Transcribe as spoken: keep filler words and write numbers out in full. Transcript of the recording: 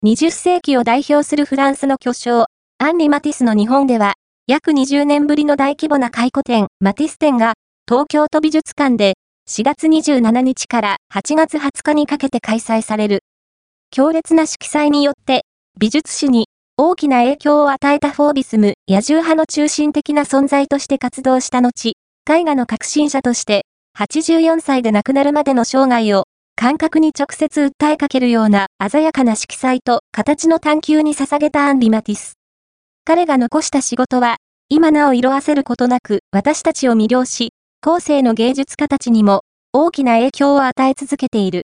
にじゅっせいきを代表するフランスの巨匠、アンリ・マティスの日本では、約にじゅうねんぶりの大規模な回顧展、マティス展が、東京都美術館で、しがつにじゅうしちにちからはちがつはつかにかけて開催される。強烈な色彩によって、美術史に大きな影響を与えたフォービスム、野獣派の中心的な存在として活動した後、絵画の革新者として、はちじゅうよんさいで亡くなるまでの生涯を、感覚に直接訴えかけるような鮮やかな色彩と形の探求に捧げたアンリ・マティス。彼が残した仕事は、今なお色褪せることなく私たちを魅了し、後世の芸術家たちにも大きな影響を与え続けている。